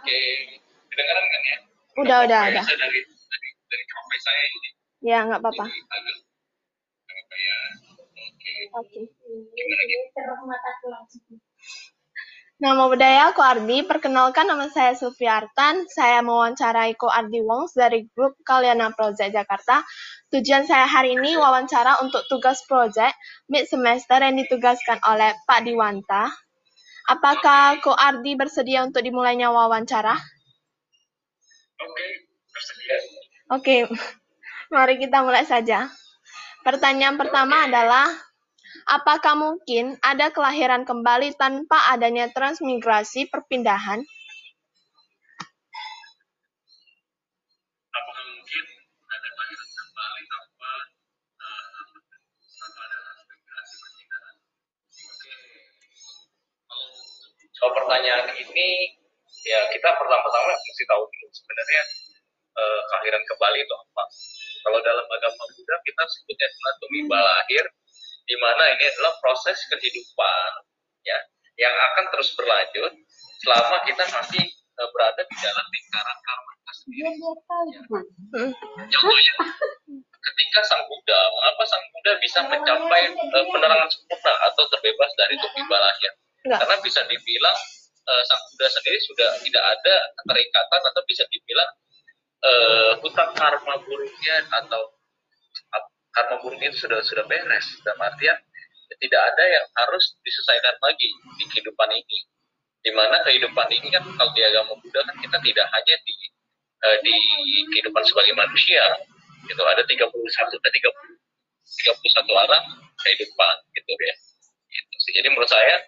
Oke, kedengaran kan ya? Nggak Udah, apa-apa udah, ya, udah. saya dari kafe saya ini. Ya, nggak apa-apa. Jadi agak apa ya? Oke, Oke. gimana gitu? Nama budaya Ko Ardi, perkenalkan nama saya Sufiartan. Saya mewawancarai Ko Ardi Wongs dari grup Kaliana Project Jakarta. Tujuan saya hari ini wawancara untuk tugas project mid semester yang ditugaskan oleh Pak Diwanta. Apakah Ko Ardi bersedia untuk dimulainya wawancara? Oke, bersedia. Oke, mari kita mulai saja. Pertanyaan pertama adalah, apakah mungkin ada kelahiran kembali tanpa adanya transmigrasi perpindahan? Apakah mungkin ada kelahiran kembali tanpa tanpa ada aspirasi percintaan? Oke, kalau soal pertanyaan ini, ya kita pertama-tama mesti tahu dulu sebenarnya kelahiran kembali itu apa. Kalau dalam agama Buddha kita sebutnya adalah tumiba lahir, di mana ini adalah proses kehidupan ya yang akan terus berlanjut selama kita masih berada di dalam lingkaran karma kita sendiri. Ya. Contohnya ketika sang Buddha, mengapa sang Buddha bisa mencapai penerangan sempurna atau terbebas dari tumiba lahir? Karena bisa dibilang sang Buddha sendiri sudah tidak ada keterikatan atau bisa dibilang hutang karma buruknya atau karma buruk itu sudah beres. Dalam artian tidak ada yang harus diselesaikan lagi di kehidupan ini. Dimana kehidupan ini kan kalau di agama Buddha kan kita tidak hanya di kehidupan sebagai manusia, itu ada 31 arah kehidupan gitu ya. Gitu. Jadi menurut saya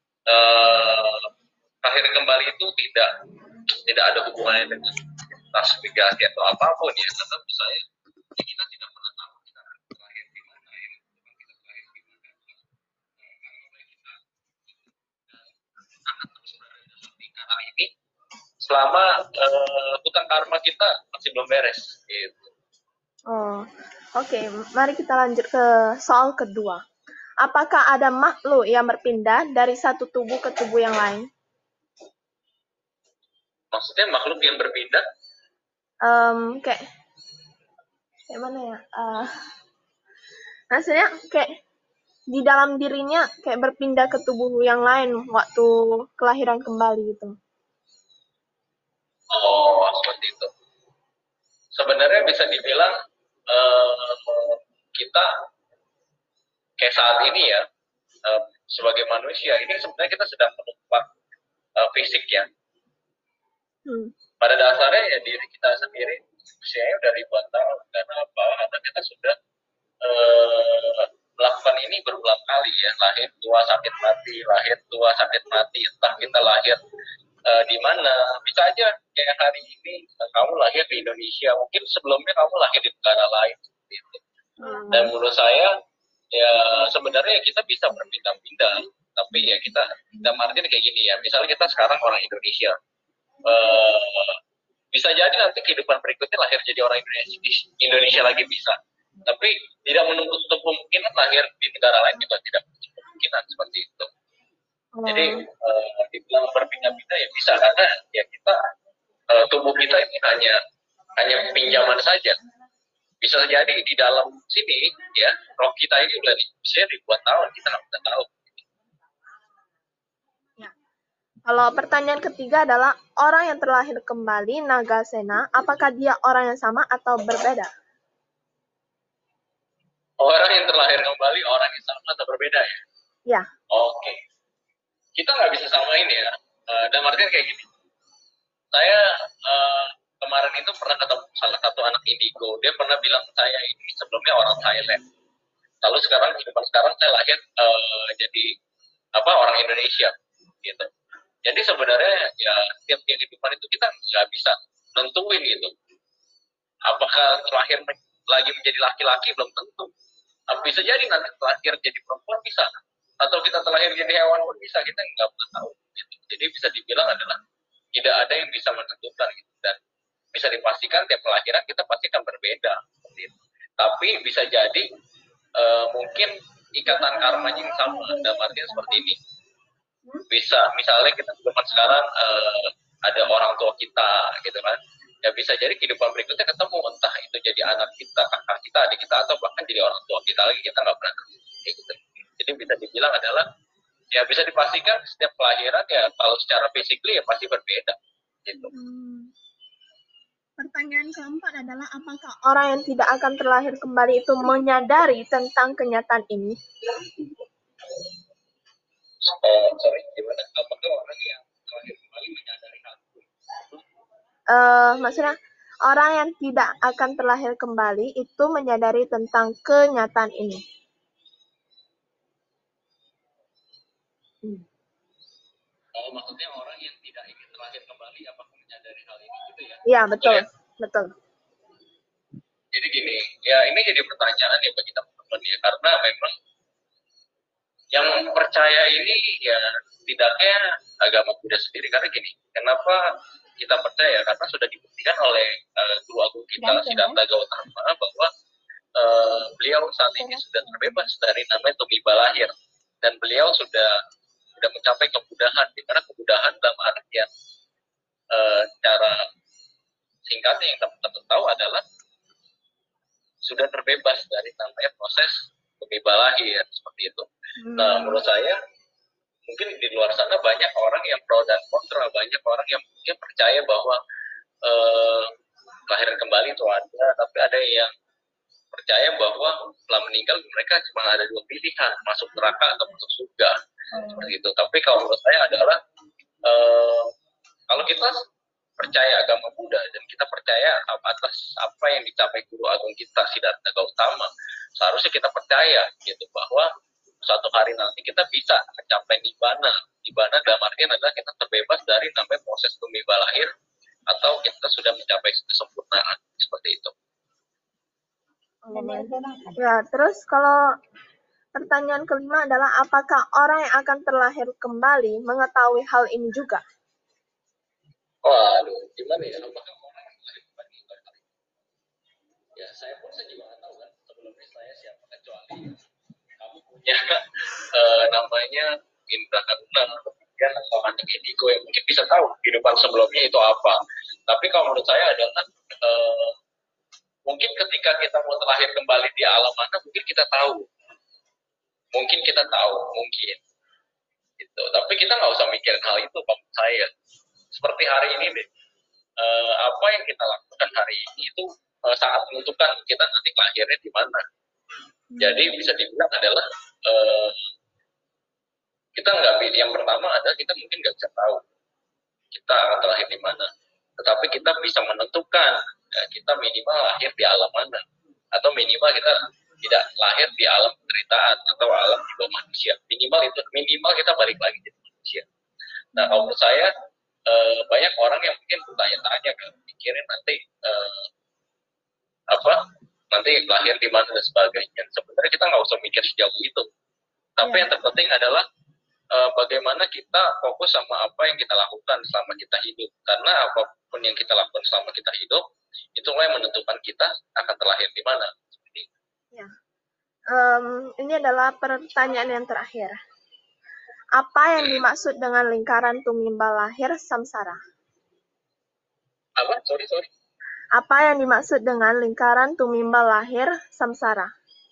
akhir kembali itu tidak ada hubungannya dengan transmigrasi atau apapun ya, karena menurut saya ya kita tidak pernah tahu kita akan terakhir di mana ya, kita terakhir di mana. Karena kita akan terus berada dalam lingkaran ini selama hutang karma kita masih belum beres gitu. Oh, oke. Mari kita lanjut ke soal kedua. Apakah ada makhluk yang berpindah dari satu tubuh ke tubuh yang lain? Maksudnya makhluk yang berpindah? Kayak mana ya? Maksudnya kayak di dalam dirinya kayak berpindah ke tubuh yang lain waktu kelahiran kembali gitu. Oh, seperti itu. Sebenarnya bisa dibilang kita kayak saat ini ya, sebagai manusia ini sebenarnya kita sedang menumpang fisik ya. Pada dasarnya ya diri kita sendiri usianya udah ribuan tahun. Karena apa? Karena kita sudah melakukan ini berulang kali ya, lahir tua sakit mati, lahir tua sakit mati, entah kita lahir di mana. Bisa aja kayak hari ini kamu lahir di Indonesia, mungkin sebelumnya kamu lahir di negara lain gitu. Dan menurut saya ya sebenarnya kita bisa berpindah-pindah, tapi ya kita margin kayak gini ya, misalnya kita sekarang orang Indonesia, bisa jadi nanti kehidupan berikutnya lahir jadi orang Indonesia lagi bisa, tapi tidak menutup kemungkinan lahir di negara lain juga tidak menutup kemungkinan seperti itu. Jadi dibilang berpindah-pindah ya bisa, karena ya kita tubuh kita ini hanya pinjaman saja. Bisa jadi di dalam sini ya roh kita ini udah bisa ribuan tahun kita nggak pernah tahu. Ya. Kalau pertanyaan ketiga adalah orang yang terlahir kembali Nagasena, apakah dia orang yang sama atau berbeda? Orang yang terlahir kembali orang yang sama atau berbeda ya? Ya. Oke. Kita nggak bisa samain ya. Dan artinya kayak gini. Saya kemarin itu pernah ketemu salah satu anak indigo. Dia pernah bilang saya ini sebelumnya orang Thailand. Lalu sekarang kehidupan sekarang saya lahir jadi orang Indonesia gitu. Jadi sebenarnya ya setiap kehidupan itu kita nggak bisa nentuin gitu. Apakah terlahir lagi menjadi laki-laki belum tentu. Bisa jadi nanti terlahir jadi perempuan bisa. Atau kita terlahir jadi hewan pun bisa, kita nggak pernah tahu. Gitu. Jadi bisa dibilang adalah tidak ada yang bisa menentukan gitu. Dan bisa dipastikan tiap kelahiran kita pasti akan berbeda. Gitu. Tapi bisa jadi mungkin ikatan karmanya yang sama. Dalam artian seperti ini. Bisa, misalnya kita zaman sekarang ada orang tua kita gitu kan. Ya bisa jadi kehidupan berikutnya ketemu, entah itu jadi anak kita, kakak kita, adik kita, atau bahkan jadi orang tua kita lagi, kita nggak pernah ketemu gitu. Jadi bisa dibilang adalah ya bisa dipastikan setiap kelahiran ya kalau secara physically ya pasti berbeda gitu. Pertanyaan keempat adalah apakah orang yang tidak akan terlahir kembali itu menyadari tentang kenyataan ini? Sorry, gimana? Apakah orang yang terlahir kembali menyadari hal itu? Maksudnya orang yang tidak akan terlahir kembali itu menyadari tentang kenyataan ini. Oh, maksudnya orang yang tidak ingin terlahir kembali apakah menyadari hal ini gitu ya? Iya, betul. Betul. Jadi gini, ya ini jadi pertanyaan ya bagi teman-teman ya, karena memang yang percaya ini ya tidaknya agama Buddha sendiri. Karena gini, kenapa kita percaya? Karena sudah dibuktikan oleh guru agung kita Siddhartha Gautama bahwa beliau saat ini sudah terbebas dari namanya tumiba lahir, dan beliau sudah mencapai kemudahan, di mana kemudahan dalam artian cara singkatnya yang teman-teman tahu adalah sudah terbebas dari namanya proses tumiba lahir seperti itu. Nah, menurut saya mungkin di luar sana banyak orang yang pro dan kontra, banyak orang yang mungkin percaya bahwa kelahiran kembali itu ada, tapi ada yang percaya bahwa setelah meninggal mereka cuma ada dua pilihan, masuk neraka atau masuk surga seperti itu. Tapi kalau menurut saya adalah kalau kita percaya agama Buddha dan kita percaya atas apa yang dicapai guru agung kita Siddhartha Gautama, seharusnya kita percaya gitu bahwa suatu hari nanti kita bisa mencapai nibbana. Nibbana dalam artian adalah kita terbebas dari namanya proses tumiba lahir, atau kita sudah mencapai kesempurnaan seperti itu. Ya, terus kalau pertanyaan kelima adalah apakah orang yang akan terlahir kembali mengetahui hal ini juga? Waduh, gimana ya? Apakah orang yang terlahir kembali mengetahui? Ya, saya pun juga nggak tahu kan. Sebelumnya saya siapa, kecuali kamu punya namanya Indra Karuna, kemudian atau anak Indigo yang mungkin bisa tahu kehidupan sebelumnya itu apa. Tapi kalau menurut saya adalah mungkin ketika kita mau terlahir kembali di alam mana, mungkin kita tahu, mungkin gitu. Tapi kita nggak usah mikirin hal itu, menurut saya. Seperti hari ini deh, apa yang kita lakukan hari ini itu sangat menentukan kita nanti lahirnya di mana. Jadi bisa dibilang adalah kita nggak, yang pertama adalah kita mungkin nggak bisa tahu kita akan terlahir di mana, tetapi kita bisa menentukan kita minimal lahir di alam mana, atau minimal kita tidak lahir di alam penderitaan atau alam di bawah manusia. Minimal kita balik lagi jadi manusia. Nah, kalau menurut saya banyak orang yang mungkin bertanya-tanya kan, mikirin nanti nanti lahir di mana dan sebagainya. Sebenarnya kita nggak usah mikir sejauh itu. Tapi yang terpenting adalah bagaimana kita fokus sama apa yang kita lakukan selama kita hidup. Karena apapun yang kita lakukan selama kita hidup, itulah yang menentukan kita akan terlahir di mana. Ya. Ini adalah pertanyaan yang terakhir. Apa yang dimaksud dengan lingkaran tumiba lahir samsara? Apa? Sorry. Apa yang dimaksud dengan lingkaran tumiba lahir samsara?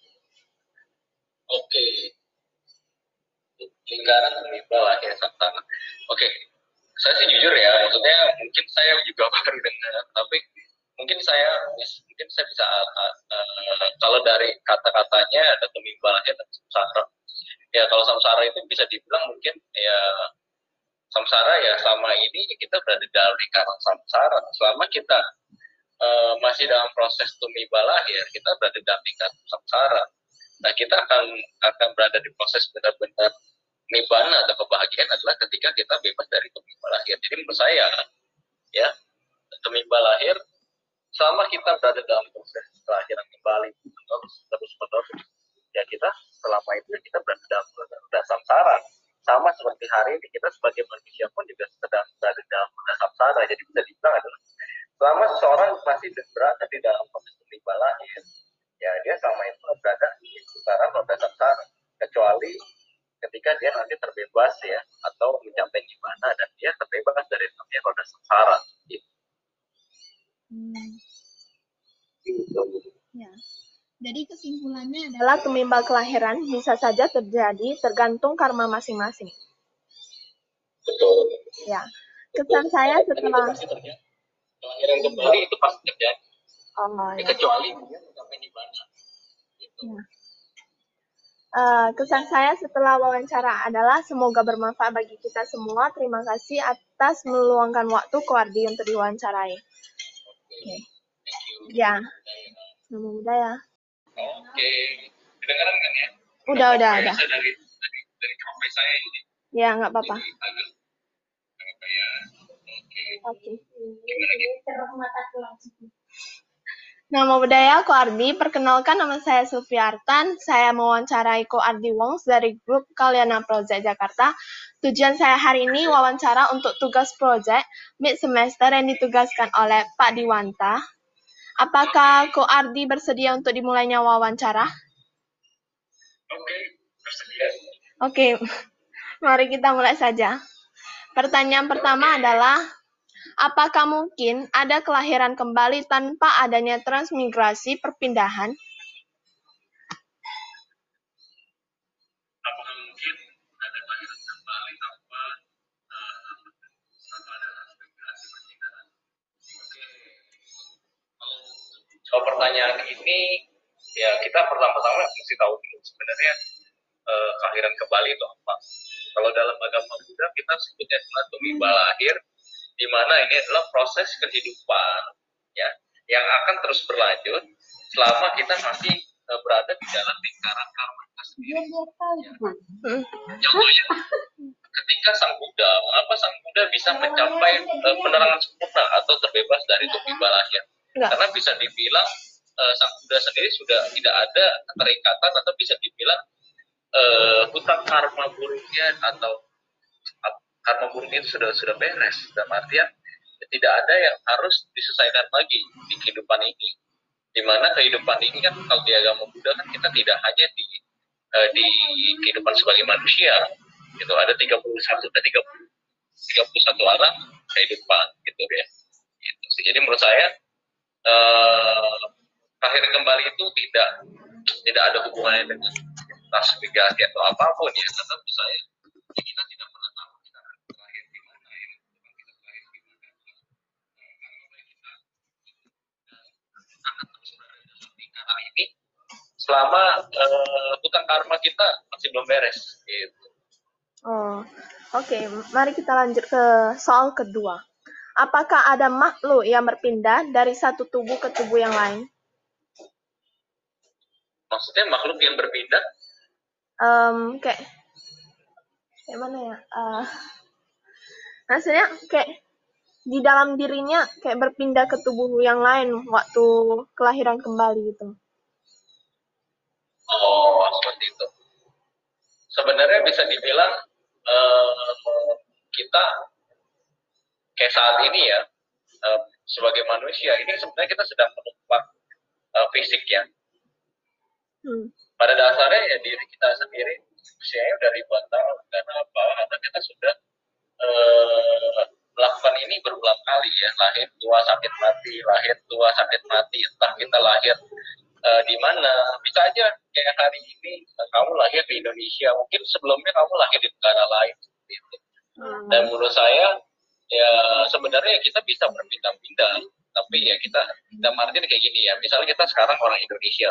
Oke. Lingkaran tumiba lahir samsara. Oke. Saya sih jujur ya, maksudnya mungkin saya juga baru dengar, tapi mungkin saya bisa kalau dari kata-katanya ada tumiba lahir dan samsara. Ya kalau samsara itu bisa dibilang mungkin ya samsara ya selama ini kita berada dalam lingkaran samsara. Selama kita masih dalam proses tumiba lahir, kita berada dalam lingkaran samsara. Nah, kita akan berada di proses benar-benar nibbana atau kebahagiaan adalah ketika kita bebas dari tumiba lahir. Jadi menurut saya ya, tumiba lahir selama kita berada dalam proses kelahiran kembali terus ya kita selama itu kita berada dalam samsara. Sama seperti hari ini kita sebagai manusia pun juga sedang berada dalam samsara. Jadi bisa dibilang adalah selama seseorang masih berada di dalam proses tumiba lahir, ya dia selama itu berada di putaran roda samsara, kecuali ketika dia nanti terbebas ya atau mencapai nibbana dan dia terbebas dari namanya roda samsara. Ya. Jadi kesimpulannya adalah tumimbal kelahiran bisa saja terjadi tergantung karma masing-masing. Betul. Ya. Kesan saya Dan itu setelah pasti terjadi. Kelahiran kembali itu pasti terjadi. Ya, ya. kecuali dia sampai di mana. Gitu. Ya. Kesan saya setelah wawancara adalah semoga bermanfaat bagi kita semua. Terima kasih atas meluangkan waktu Koardi untuk diwawancarai. Oke. Ya. Nama budaya. Oke. Kedengaran kan ya? Udah. Dari kafe saya ini. Ya, nggak apa-apa. Agak apa ya? Oke. Nama budaya Koardi, perkenalkan nama saya Sufiartan. Saya mewawancarai Koardi Wongs dari grup Kaliana Project Jakarta. Tujuan saya hari ini wawancara untuk tugas project mid semester yang ditugaskan oleh Pak Diwanta. Apakah Koardi bersedia untuk dimulainya wawancara? Oke, bersedia. Oke, mari kita mulai saja. Pertanyaan pertama adalah, apakah mungkin ada kelahiran kembali tanpa adanya transmigrasi perpindahan? Apakah mungkin ada kelahiran kembali tanpa ada transmigrasi perpindahan? Oke. Kalau pertanyaan ini, ya kita pertama-tama mesti tahu dulu sebenarnya kelahiran kembali itu apa. Kalau dalam agama Buddha kita sebutnya adalah tumimbal lahir, di mana ini adalah proses kehidupan ya yang akan terus berlanjut selama kita masih berada di dalam lingkaran karma kita sendiri. Ya. Contohnya ketika Sang Buddha, mengapa Sang Buddha bisa mencapai penerangan sempurna atau terbebas dari tumimbal lahir? Karena bisa dibilang Sang Buddha sendiri sudah tidak ada keterikatan atau bisa dibilang hutang karma buruknya atau karma buruk itu sudah beres. Dalam artian tidak ada yang harus diselesaikan lagi di kehidupan ini. Di mana kehidupan ini kan kalau di agama Buddha kan kita tidak hanya di kehidupan sebagai manusia, itu ada 31 alam kehidupan gitu ya. Gitu. Jadi menurut saya kelahiran kembali itu tidak ada hubungannya dengan transmigrasi atau apapun ya, karena menurut saya ya kita tidak pernah tahu kita akan terakhir di mana ya, kita terakhir di mana. Karena kita akan terus berada dalam lingkaran ini selama hutang karma kita masih belum beres. Gitu. Oke. Mari kita lanjut ke soal kedua. Apakah ada makhluk yang berpindah dari satu tubuh ke tubuh yang lain? Maksudnya makhluk yang berpindah? Kayak mana ya? Maksudnya kayak di dalam dirinya kayak berpindah ke tubuh yang lain waktu kelahiran kembali gitu. Oh, seperti itu. Sebenarnya bisa dibilang kita kayak saat ini ya, sebagai manusia ini sebenarnya kita sedang menumpang fisik ya. Pada dasarnya ya diri kita sendiri usianya udah ribuan tahun. Karena apa? Karena kita sudah melakukan ini berulang kali ya, lahir tua sakit mati, lahir tua sakit mati, entah kita lahir di mana. Bisa aja kayak hari ini kamu lahir di Indonesia, mungkin sebelumnya kamu lahir di negara lain gitu. Dan menurut saya ya sebenarnya kita bisa berpindah-pindah, tapi ya kita margin kayak gini ya, misalnya kita sekarang orang Indonesia,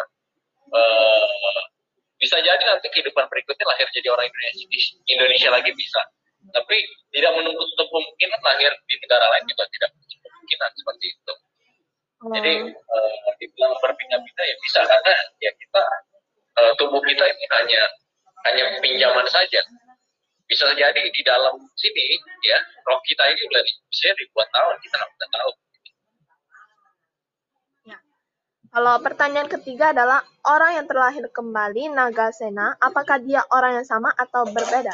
bisa jadi nanti kehidupan berikutnya lahir jadi orang Indonesia lagi bisa, tapi tidak menuntut kemungkinan lahir di negara lain juga tidak menuntut kemungkinan seperti itu. Jadi dibilang berpindah-pindah ya bisa, karena ya kita tubuh kita ini hanya pinjaman saja. Bisa jadi di dalam sini ya roh kita ini udah bisa ribuan tahun, kita nggak tahu. Ya. Kalau pertanyaan ketiga adalah orang yang terlahir kembali Nagasena, apakah dia orang yang sama atau berbeda?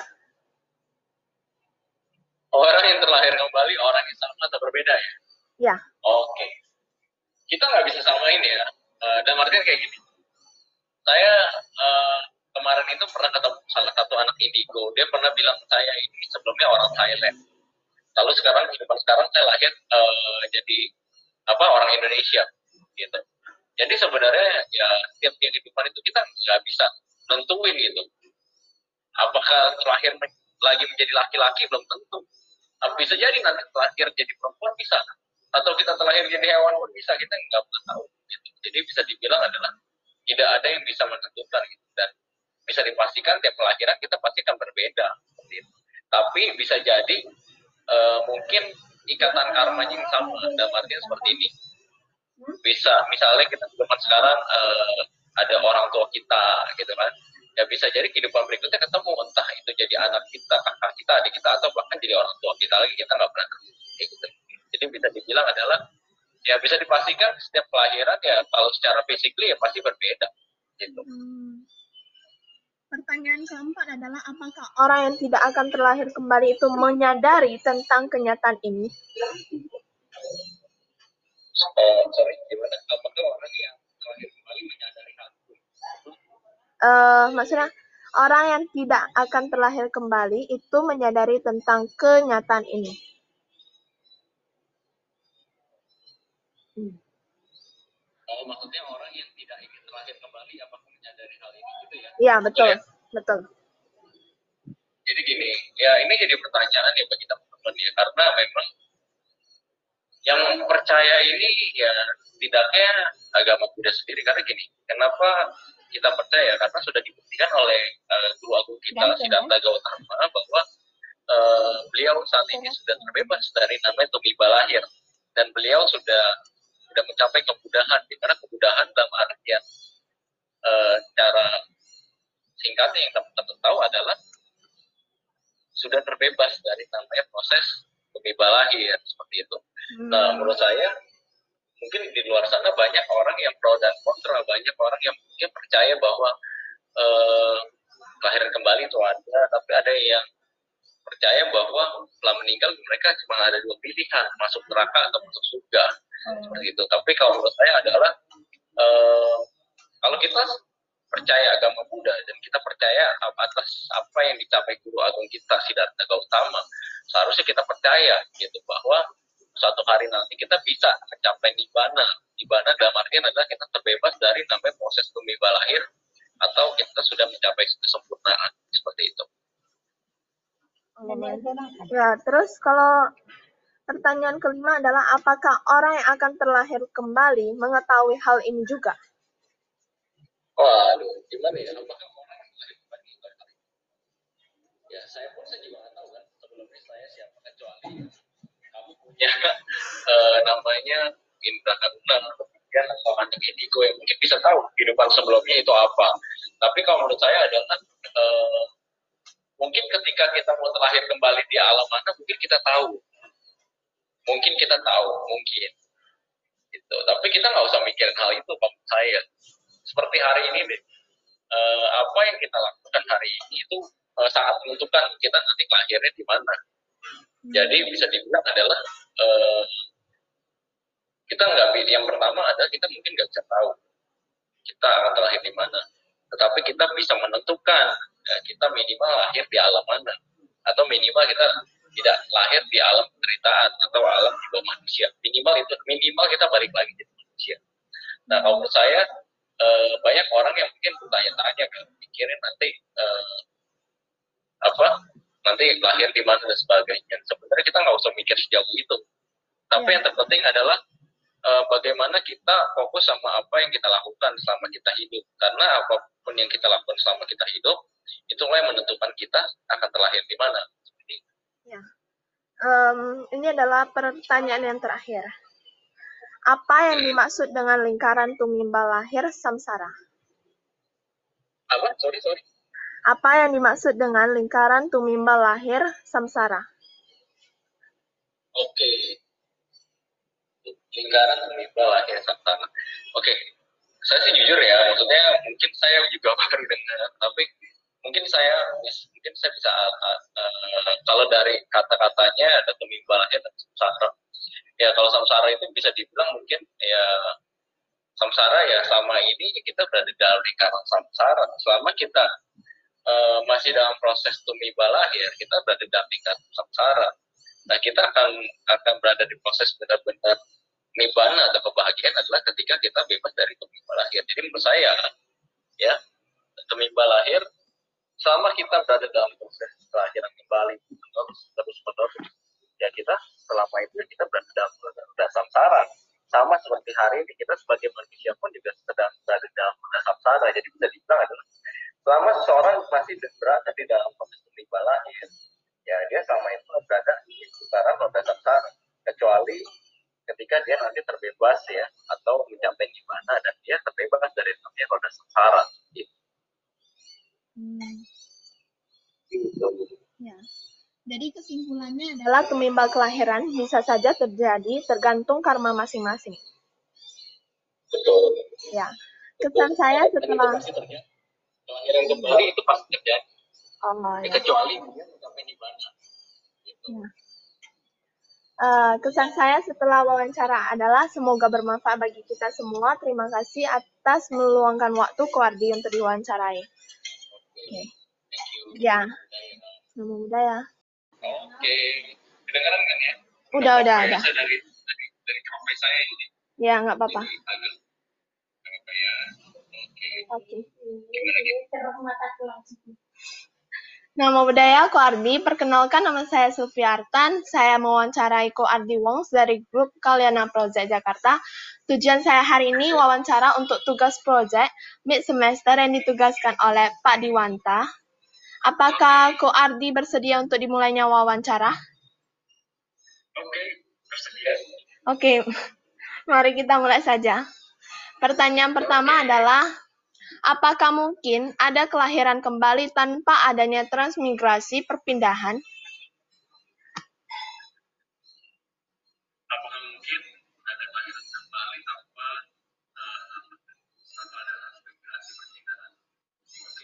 Orang yang terlahir kembali orang yang sama atau berbeda ya? Ya. Oke. Kita nggak bisa samain ya. Dan artinya kayak gini. Saya kemarin itu pernah ketemu salah satu anak indigo. Dia pernah bilang saya ini sebelumnya orang Thailand. Lalu sekarang kehidupan sekarang saya lahir jadi orang Indonesia gitu. Jadi sebenarnya ya setiap kehidupan itu kita nggak bisa nentuin gitu. Apakah terakhir lagi menjadi laki-laki belum tentu. Bisa jadi nanti terakhir jadi perempuan bisa. Atau kita terakhir jadi hewan pun bisa, kita nggak pernah tahu. Gitu. Jadi bisa dibilang adalah tidak ada yang bisa menentukan gitu. Dan bisa dipastikan tiap kelahiran kita pasti akan berbeda. Gitu. Tapi bisa jadi mungkin ikatan karmanya yang sama. Dalam artian seperti ini. Bisa misalnya kita zaman sekarang ada orang tua kita gitu kan, ya bisa jadi kehidupan berikutnya ketemu, entah itu jadi anak kita, kakak kita, adik kita, atau bahkan jadi orang tua kita lagi, kita nggak pernah tahu gitu. Jadi bisa dibilang adalah ya bisa dipastikan setiap kelahiran ya kalau secara physically ya pasti berbeda gitu. Pertanyaan keempat adalah apakah orang yang tidak akan terlahir kembali itu menyadari tentang kenyataan ini? Sorry, gimana? Apakah orang yang terlahir kembali menyadari hal itu? Maksudnya orang yang tidak akan terlahir kembali itu menyadari tentang kenyataan ini. Oh, maksudnya orang yang tidak ingin terlahir kembali apakah menyadari hal ini gitu ya? Iya, betul. Ya? Betul. Jadi gini, ya ini jadi pertanyaan ya bagi teman-teman ya, karena memang yang percaya ini ya tidaknya agama Buddha sendiri. Karena gini, kenapa kita percaya? Karena sudah dibuktikan oleh guru agung kita, Siddhartha Gautama, bahwa beliau saat ini sudah terbebas dari namanya tumiba lahir, dan beliau sudah mencapai kemudahan. Di mana kemudahan dalam artian cara singkatnya yang teman-teman tahu adalah sudah terbebas dari namanya proses tumiba lahir seperti itu. Nah, menurut saya mungkin di luar sana banyak orang yang pro dan kontra, banyak orang yang mungkin percaya bahwa kelahiran kembali itu ada, tapi ada yang percaya bahwa setelah meninggal mereka cuma ada dua pilihan, masuk neraka atau masuk surga seperti itu. Tapi kalau menurut saya adalah kalau kita percaya agama Buddha dan kita percaya atas apa yang dicapai guru agung kita Siddhartha Gautama, seharusnya kita percaya gitu bahwa suatu hari nanti kita bisa mencapai nibbana. Nibbana dalam artian adalah kita terbebas dari namanya proses tumiba lahir, atau kita sudah mencapai kesempurnaan seperti itu. Ya, terus kalau pertanyaan kelima adalah apakah orang yang akan terlahir kembali mengetahui hal ini juga? Waduh, gimana ya? Apakah orang yang terlahir kembali mengetahui? Ya, saya pun juga nggak tahu kan. Sebelumnya saya siapa, kecuali kamu punya namanya Indra Karuna, kemudian namanya Indigo yang mungkin bisa tahu kehidupan sebelumnya itu apa. Tapi kalau menurut saya adalah mungkin ketika kita mau terlahir kembali di alam mana, mungkin kita tahu. Mungkin kita tahu, mungkin. Gitu. Tapi kita nggak usah mikirin hal itu, menurut saya. Seperti hari ini deh, apa yang kita lakukan hari ini itu sangat menentukan kita nanti lahirnya di mana. Jadi bisa dibilang adalah kita nggak, yang pertama adalah kita mungkin nggak bisa tahu kita akan terlahir di mana, tetapi kita bisa menentukan kita minimal lahir di alam mana, atau minimal kita tidak lahir di alam penderitaan atau alam di bawah manusia. Minimal kita balik lagi jadi manusia. Nah, kalau menurut saya banyak orang yang mungkin bertanya-tanya kan, mikirin nanti nanti lahir di mana dan sebagainya. Sebenarnya kita nggak usah mikir sejauh itu. Tapi yang terpenting adalah bagaimana kita fokus sama apa yang kita lakukan selama kita hidup. Karena apapun yang kita lakukan selama kita hidup, itulah yang menentukan kita akan terlahir di mana. Ya. Ini adalah pertanyaan yang terakhir. Apa yang dimaksud dengan lingkaran tumiba lahir samsara? Apa? Sorry. Apa yang dimaksud dengan lingkaran tumiba lahir samsara? Oke. Lingkaran tumiba lahir samsara. Oke. Saya sih jujur ya, maksudnya mungkin saya juga baru dengar, tapi mungkin saya bisa kalau dari kata-katanya ada tumiba lahir dan samsara. Ya kalau samsara itu bisa dibilang mungkin ya samsara ya selama ini kita berada dalam lingkaran samsara. Selama kita masih dalam proses tumiba lahir, kita berada dalam lingkaran samsara. Nah, kita akan berada di proses benar-benar Nibbana atau kebahagiaan adalah ketika kita bebas dari tumimba lahir. Jadi menurut saya, ya, tumimba lahir, selama kita berada dalam proses kelahiran kembali terus menerus, ya kita selama itu kita berada dalam samsara. Sama seperti hari ini kita sebagai manusia pun juga sedang berada dalam samsara. Jadi bisa dibilang adalah selama seseorang masih berada di dalam proses tumimba lahir, ya dia selama itu berada di putaran roda samsara, kecuali ketika dia nanti terbebas ya atau mencapai nibbana dan dia terbebas dari namanya roda samsara. Ya. Jadi kesimpulannya adalah tumimba kelahiran bisa saja terjadi tergantung karma masing-masing. Betul. Ya. Kesan saya setelah kelahiran kembali itu pasti terjadi. ya. Kecuali dia mencapai nibbana. Gitu. Ya. Kesan saya setelah wawancara adalah semoga bermanfaat bagi kita semua. Terima kasih atas meluangkan waktu Koardi untuk diwawancarai. Okay. Ya, nama budaya. Oke, kedengaran kan ya? Udah. Dari kafe saya ini. Ya, nggak apa-apa. Ya. Oke. Gimana gitu? Nama budaya Koardi, perkenalkan nama saya Sufiartan. Saya mewawancarai Koardi Wongs dari grup Kalyana Project Jakarta. Tujuan saya hari ini wawancara untuk tugas project mid semester yang ditugaskan oleh Pak Diwanta. Apakah Koardi bersedia untuk dimulainya wawancara? Oke, bersedia. Oke, mari kita mulai saja. Pertanyaan pertama adalah, apakah mungkin ada kelahiran kembali tanpa adanya transmigrasi perpindahan? Apakah mungkin ada kelahiran kembali tanpa ada transmigrasi perpindahan? Oke.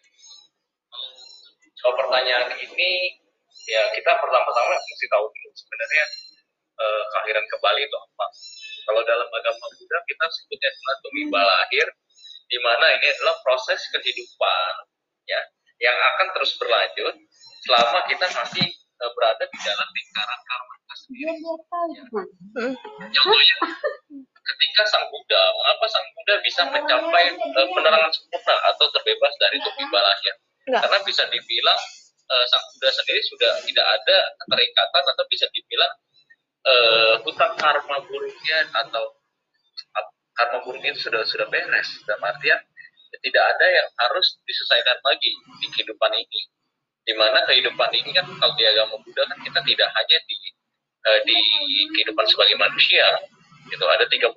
Kalau pertanyaan ini, ya kita pertama-tama mesti tahu dulu sebenarnya kelahiran kembali itu apa. Kalau dalam agama Buddha kita sebutnya adalah tumimba lahir, di mana ini adalah proses kehidupan ya yang akan terus berlanjut selama kita masih berada di dalam lingkaran karma kita sendiri. Contohnya, ketika Sang Buddha, mengapa Sang Buddha bisa mencapai penerangan sempurna atau terbebas dari tumimba lahir? Karena bisa dibilang Sang Buddha sendiri sudah tidak ada keterikatan atau bisa dibilang hutang karma buruknya atau karma buruk itu sudah beres. Dalam artian tidak ada yang harus diselesaikan lagi di kehidupan ini. Di mana kehidupan ini kan kalau di agama Buddha kan kita tidak hanya di kehidupan sebagai manusia, itu ada 31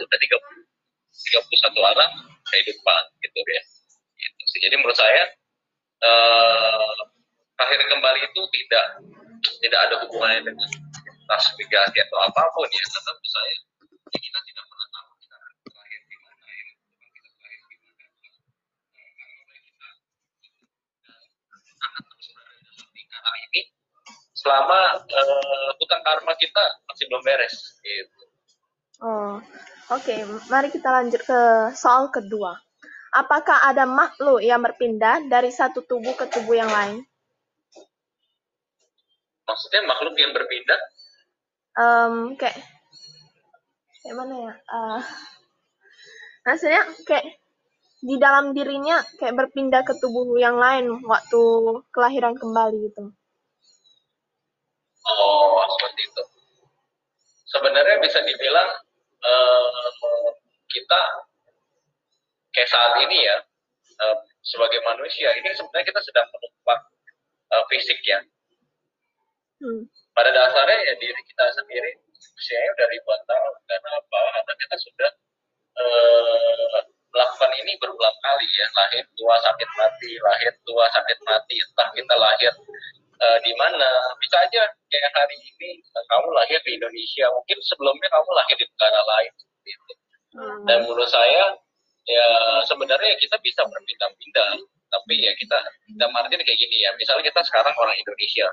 alam kehidupan gitu ya. Gitu sih. Jadi menurut saya akhir kembali itu tidak ada hubungannya dengan transmigrasi atau apapun ya, karena menurut saya ya kita tidak pernah tahu kita akan terakhir di mana ya, kita terakhir di mana. Kita akan terus berada dalam lingkaran ini selama hutang karma kita masih belum beres. Gitu. Oke. Mari kita lanjut ke soal kedua. Apakah ada makhluk yang berpindah dari satu tubuh ke tubuh yang lain? Maksudnya makhluk yang berpindah? Kayak mana ya? Maksudnya kayak di dalam dirinya kayak berpindah ke tubuh yang lain waktu kelahiran kembali gitu. Oh, seperti itu. Sebenarnya bisa dibilang kita kayak saat ini ya, sebagai manusia ini sebenarnya kita sedang menumpang fisik ya. Pada dasarnya ya diri kita sendiri usianya udah ribuan tahun, karena kita sudah melakukan ini berulang kali ya, lahir tua sakit mati, entah kita lahir di mana. Bisa aja kayak hari ini kamu lahir di Indonesia, mungkin sebelumnya kamu lahir di negara lain gitu. Dan menurut saya ya sebenarnya kita bisa berpindah-pindah, tapi ya kita margin kayak gini ya, misalnya kita sekarang orang Indonesia,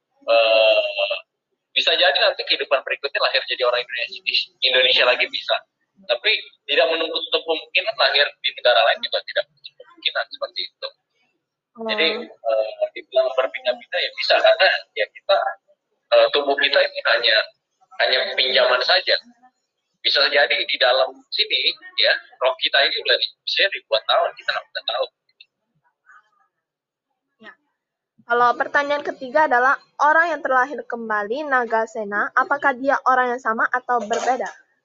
bisa jadi nanti kehidupan berikutnya lahir jadi orang Indonesia lagi bisa, tapi tidak menuntut kemungkinan lahir di negara lain juga tidak menuntut kemungkinan seperti itu. Jadi dibilang berpindah-pindah ya bisa, karena ya kita tubuh kita ini hanya pinjaman saja. Bisa jadi di dalam sini ya roh kita ini udah bisa ribuan tahun kita nggak pernah tahu. Ya. Kalau pertanyaan ketiga adalah orang yang terlahir kembali Nagasena, apakah dia orang yang sama atau berbeda?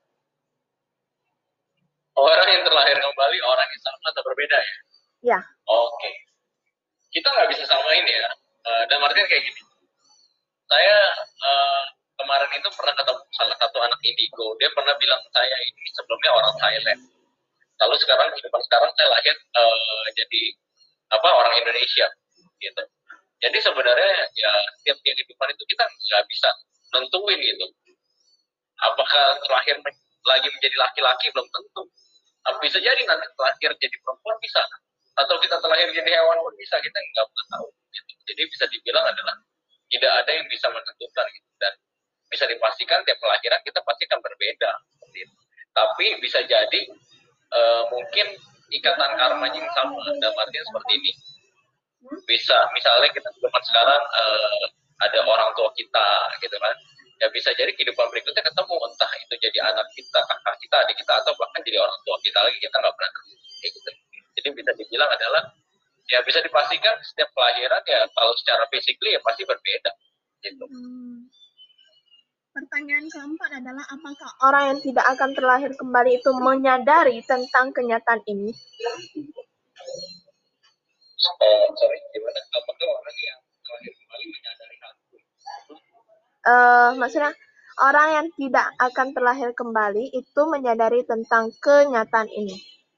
Orang yang terlahir kembali orang yang sama atau berbeda ya? Ya. Oke. Kita nggak bisa samain ya. Dan artinya kayak gini. Saya kemarin itu pernah ketemu salah satu anak indigo. Dia pernah bilang saya ini sebelumnya orang Thailand. Lalu sekarang kehidupan sekarang saya lahir jadi orang Indonesia gitu. Jadi sebenarnya ya setiap kehidupan itu kita nggak bisa nentuin gitu. Apakah terakhir lagi menjadi laki-laki belum tentu. Bisa jadi nanti terakhir jadi perempuan bisa. Atau kita terlahir jadi hewan pun bisa, kita nggak pernah tahu. Gitu. Jadi bisa dibilang adalah tidak ada yang bisa menentukan gitu. Dan bisa dipastikan tiap kelahiran kita pasti akan berbeda. Gitu. Tapi bisa jadi mungkin ikatan karmanya yang sama. Dalam artian seperti ini. Bisa misalnya kita zaman sekarang ada orang tua kita gitu kan, ya bisa jadi kehidupan berikutnya ketemu, entah itu jadi anak kita, kakak kita, adik kita, atau bahkan jadi orang tua kita lagi, kita nggak pernah tahu gitu. Jadi bisa dibilang adalah ya bisa dipastikan setiap kelahiran ya kalau secara physically ya pasti berbeda gitu. Pertanyaan keempat adalah apakah orang yang tidak akan terlahir kembali itu menyadari tentang kenyataan ini? Sorry, gimana? Apakah orang yang terlahir kembali menyadari hal itu? Maksudnya orang yang tidak akan terlahir kembali itu menyadari tentang kenyataan ini.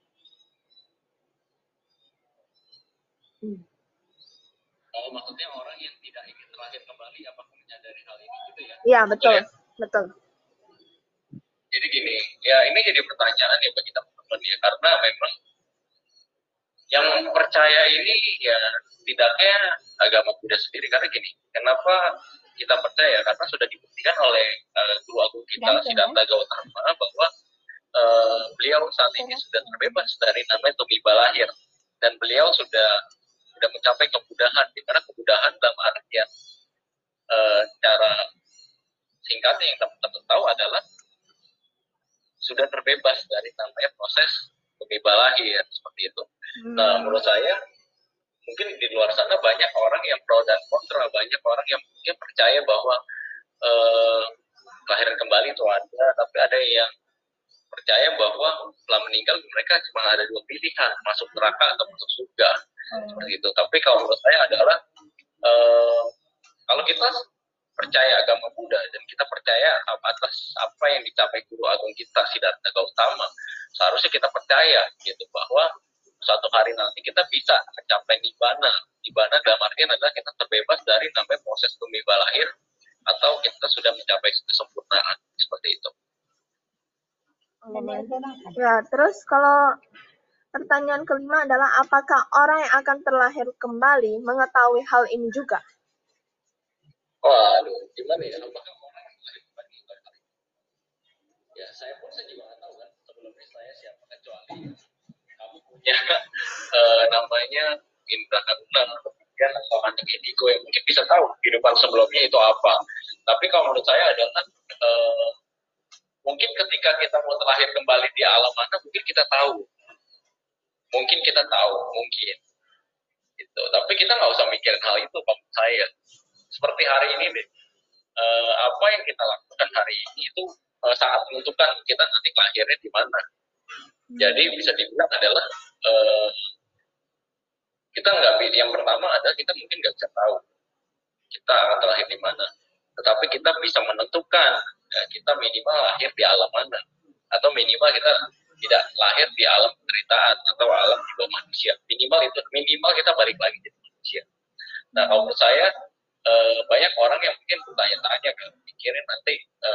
Oh, maksudnya orang yang tidak ingin terlahir kembali apakah menyadari hal ini gitu ya? Iya, betul. Ya? Betul. Jadi gini, ya ini jadi pertanyaan ya bagi teman-teman ya, karena memang yang percaya ini ya tidaknya agama Buddha sendiri. Karena gini, kenapa kita percaya? Karena sudah dibuktikan oleh guru agung kita, Siddhartha Gautama, bahwa beliau saat ini sudah terbebas dari namanya tumiba lahir, dan beliau sudah mencapai kemudahan. Di mana kemudahan dalam artian cara singkatnya yang teman-teman tahu adalah sudah terbebas dari namanya proses tumiba lahir seperti itu. Nah, menurut saya mungkin di luar sana banyak orang yang pro dan kontra, banyak orang yang mungkin percaya bahwa kelahiran kembali itu ada, tapi ada yang percaya bahwa setelah meninggal mereka cuma ada dua pilihan, masuk neraka atau masuk surga seperti itu. Tapi kalau menurut saya adalah kalau kita percaya agama Buddha dan kita percaya atas apa yang dicapai guru agung kita Siddhartha Gautama, seharusnya kita percaya gitu bahwa suatu hari nanti kita bisa mencapai nibbana. Nibbana dalam artian adalah kita terbebas dari namanya proses tumiba lahir, atau kita sudah mencapai kesempurnaan seperti itu. Ya, terus kalau pertanyaan kelima adalah apakah orang yang akan terlahir kembali mengetahui hal ini juga? Waduh, gimana ya? Apakah orang yang terlahir kembali? Ya, saya pun juga nggak tahu kan. Sebelumnya saya siapa kecuali kamu punya namanya Indra Karuna, kemudian atau anak indigo yang mungkin bisa tahu kehidupan sebelumnya itu apa. Tapi kalau menurut saya adalah mungkin ketika kita mau terlahir kembali di alam mana, mungkin kita tahu. Mungkin kita tahu, mungkin. Gitu. Tapi kita nggak usah mikirin hal itu, menurut saya. Seperti hari ini deh, apa yang kita lakukan hari ini itu sangat menentukan kita nanti lahirnya di mana. Jadi bisa dibilang adalah kita nggak, yang pertama adalah kita mungkin nggak bisa tahu kita akan terlahir di mana, tetapi kita bisa menentukan kita minimal lahir di alam mana, atau minimal kita tidak lahir di alam penderitaan atau alam di bawah manusia. Minimal kita balik lagi jadi manusia. Nah, kalau menurut saya banyak orang yang mungkin bertanya-tanya kan, mikirin nanti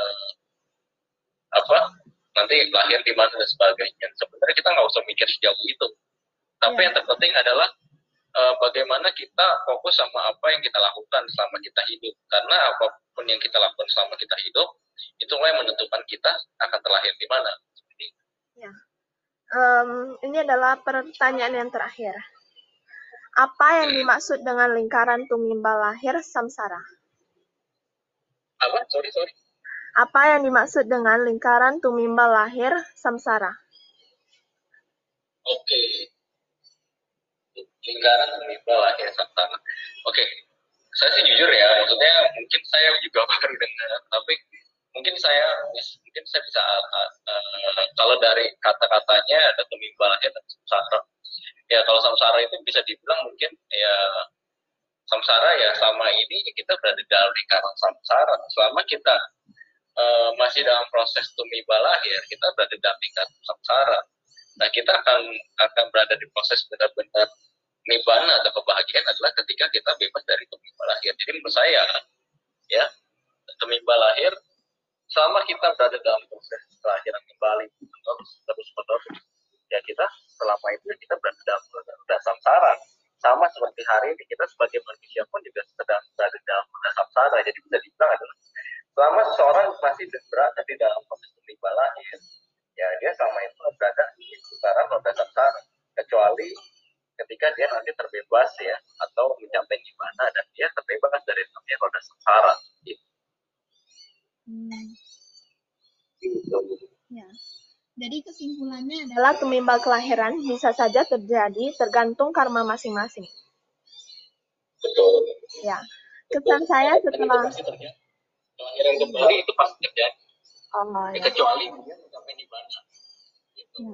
nanti lahir di mana dan sebagainya. Sebenarnya kita nggak usah mikir sejauh itu. Tapi yang terpenting adalah bagaimana kita fokus sama apa yang kita lakukan selama kita hidup. Karena apapun yang kita lakukan selama kita hidup, itulah yang menentukan kita akan terlahir di mana. Ya. Ini adalah pertanyaan yang terakhir. Apa yang dimaksud dengan lingkaran tumiba lahir samsara? Apa? Sorry. Apa yang dimaksud dengan lingkaran tumimbal lahir samsara? Oke, lingkaran tumimbal lahir samsara. Oke, saya sih jujur ya, maksudnya mungkin saya juga baru dengar, tapi mungkin saya bisa kalau dari kata-katanya ada tumimbal lahir dan samsara. Ya kalau samsara itu bisa dibilang mungkin ya samsara ya selama ini kita berada dalam lingkaran samsara. Selama kita masih dalam proses tumiba lahir, kita berada dalam lingkaran samsara. Nah, kita akan berada di proses benar-benar nibbana atau kebahagiaan adalah ketika kita bebas dari tumiba lahir. Jadi menurut saya, ya, tumiba lahir selama kita berada dalam proses kelahiran kembali terus menerus, ya kita selama itu kita berada dalam samsara. Sama seperti hari ini kita sebagai manusia pun juga sedang berada dalam samsara. Jadi bisa dibilang adalah selama seseorang masih berada di dalam proses tumiba lahir, ya dia selama itu berada di putaran roda samsara, kecuali ketika dia nanti terbebas ya atau mencapai nibbana dan dia terbebas dari namanya roda samsara gitu. Ya. Jadi kesimpulannya adalah tumimbal kelahiran bisa saja terjadi tergantung karma masing-masing. Betul. Ya. Kesan saya setelah kelahiran kembali itu pasti terjadi. ya. Kecuali dia mencapai nibbana. Gitu. Ya.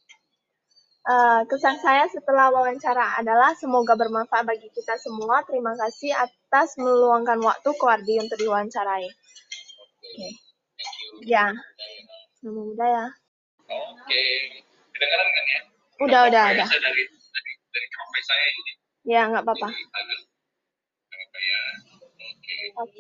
Kesan saya setelah wawancara adalah semoga bermanfaat bagi kita semua. Terima kasih atas meluangkan waktu Koardi untuk diwawancarai. Oke. Ya. Nama muda ya. Oke. Kedengaran kan ya? Udah. Saya dari kafe saya ini. Ya, nggak apa-apa. Ya. Oke.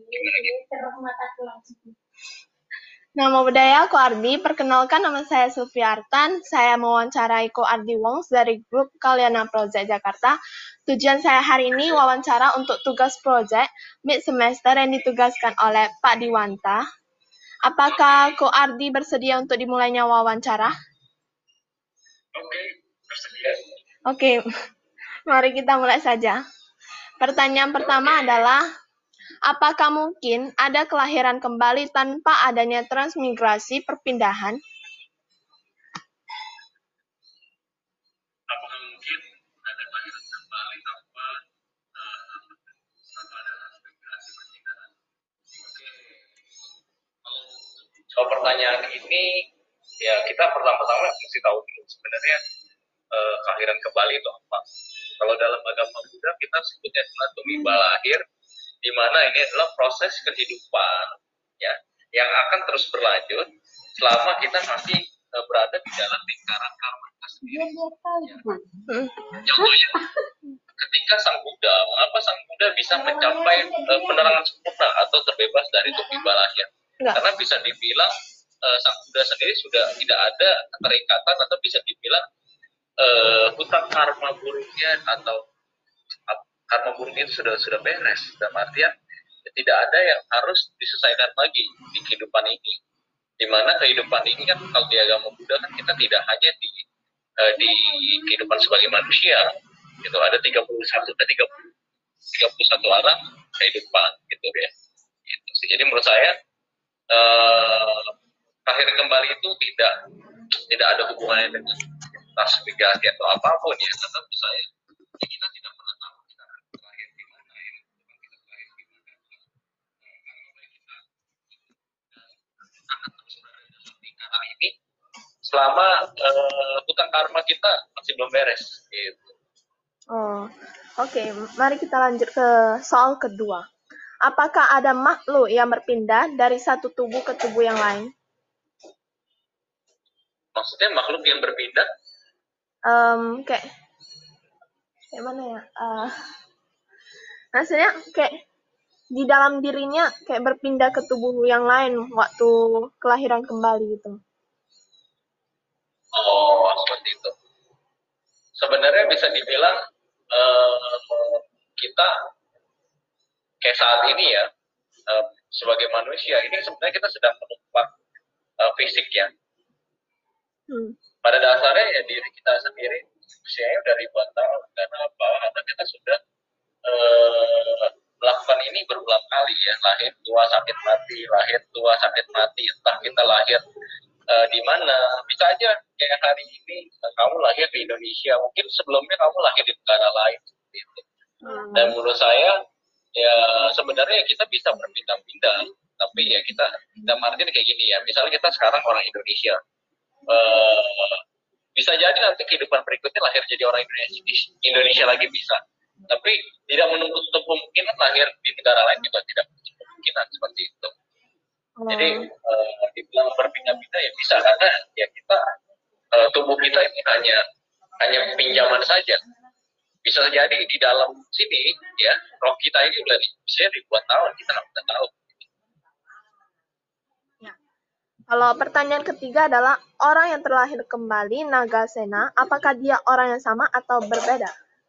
Nama budaya Koardi, perkenalkan nama saya Sufiartan. Saya mewawancarai Koardi Wongs dari grup Kalyana Project Jakarta. Tujuan saya hari ini wawancara untuk tugas project mid semester yang ditugaskan oleh Pak Diwanta. Apakah Koardi bersedia untuk dimulainya wawancara? Oke, bersedia. Oke, mari kita mulai saja. Pertanyaan pertama adalah, apakah mungkin ada kelahiran kembali tanpa adanya transmigrasi perpindahan? Apakah mungkin ada kelahiran kembali tanpa ada transmigrasi perpindahan? Soal pertanyaan ini, ya kita pertama-tama mesti tahu dulu sebenarnya kelahiran kembali itu apa. Kalau dalam agama Buddha kita sebutnya adalah tumiba lahir, di mana ini adalah proses kehidupan ya yang akan terus berlanjut selama kita masih berada di dalam lingkaran karma kita sendiri. Ya. Contohnya, ketika sang Buddha, mengapa sang Buddha bisa mencapai penerangan sempurna atau terbebas dari tumiba lahir? Karena bisa dibilang sang Buddha sendiri sudah tidak ada keterikatan atau bisa dibilang hutang karma buruknya atau karma buruknya itu sudah beres. Dalam artian tidak ada yang harus diselesaikan lagi di kehidupan ini. Di mana kehidupan ini kan kalau di agama Buddha kan kita tidak hanya di kehidupan sebagai manusia, itu ada 31 alam kehidupan gitu ya. Gitu sih. Jadi menurut saya kelahiran kembali itu tidak ada hubungannya dengan transmigrasi atau apapun ya, karena menurut saya ya kita tidak pernah tahu kita akan terakhir di mana ya, kita terakhir di mana. Kita akan terus berada dalam lingkaran ini selama hutang karma kita masih belum beres. Gitu. Oke. Mari kita lanjut ke soal kedua. Apakah ada makhluk yang berpindah dari satu tubuh ke tubuh yang lain? Maksudnya makhluk yang berpindah? Kayak mana ya? Maksudnya kayak di dalam dirinya kayak berpindah ke tubuh yang lain waktu kelahiran kembali gitu. Oh, seperti itu. Sebenarnya bisa dibilang kita kayak saat ini ya, sebagai manusia ini sebenarnya kita sedang menumpang fisik ya. Pada dasarnya ya diri kita sendiri usianya udah ribuan tahun, karena apa? Karena kita sudah melakukan ini berulang kali ya, lahir tua sakit mati, lahir tua sakit mati, entah kita lahir di mana. Bisa aja kayak hari ini kamu lahir di Indonesia, mungkin sebelumnya kamu lahir di negara lain gitu. Dan menurut saya ya sebenarnya kita bisa berpindah-pindah, tapi ya kita martin kayak gini ya, misalnya kita sekarang orang Indonesia, bisa jadi nanti kehidupan berikutnya lahir jadi orang Indonesia lagi bisa, tapi tidak menuntut kemungkinan lahir di negara lain juga tidak kemungkinan seperti itu. Jadi dibilang berpindah-pindah ya bisa, karena ya kita tubuh kita ini hanya pinjaman saja. Bisa jadi di dalam sini ya roh kita ini udah bisa ribuan tahun, kita nggak pernah tahu. Kalau pertanyaan ketiga adalah orang yang terlahir kembali Nagasena, apakah dia orang yang sama atau berbeda?